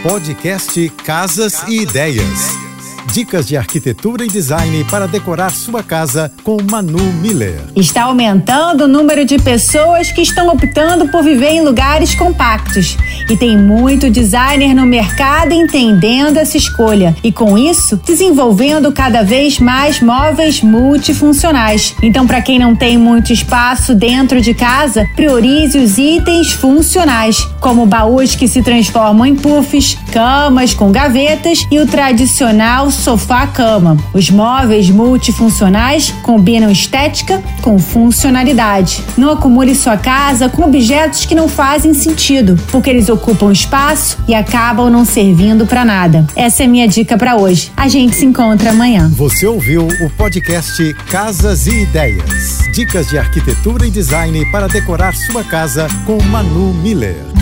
Podcast Casas e Ideias. Dicas de arquitetura e design para decorar sua casa com Manu Miller. Está aumentando o número de pessoas que estão optando por viver em lugares compactos. E tem muito designer no mercado entendendo essa escolha. E com isso, desenvolvendo cada vez mais móveis multifuncionais. Então, para quem não tem muito espaço dentro de casa, priorize os itens funcionais, como baús que se transformam em puffs, camas com gavetas e o tradicional sofá-cama. Os móveis multifuncionais combinam estética com funcionalidade. Não acumule sua casa com objetos que não fazem sentido, porque eles ocupam espaço e acabam não servindo para nada. Essa é minha dica para hoje. A gente se encontra amanhã. Você ouviu o podcast Casas e Ideias. Dicas de arquitetura e design para decorar sua casa com Manu Miller.